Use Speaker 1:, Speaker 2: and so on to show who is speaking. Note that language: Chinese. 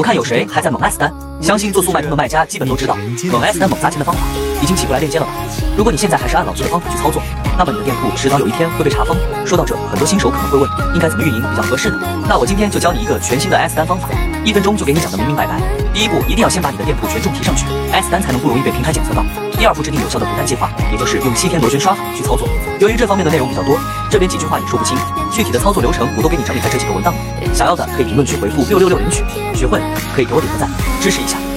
Speaker 1: 我看有谁还在猛 S 单，相信做速卖通的卖家基本都知道猛 S 单猛砸钱的方法，已经起不来链接了吧？如果你现在还是按老旧的方法去操作，那么你的店铺迟早有一天会被查封。说到这，很多新手可能会问，应该怎么运营比较合适呢？那我今天就教你一个全新的 S 单方法，1分钟就给你讲得明明白白。第一步，一定要先把你的店铺权重提上去 ，S 单才能不容易被平台检测到。第二步，制定有效的补单计划，也就是用7天螺旋刷法去操作。由于这方面的内容比较多，这边几句话也说不清，具体的操作流程我都给你整理在这几个文档里，想要的可以评论区回复6660领取。学会可以给我点个赞，支持一下。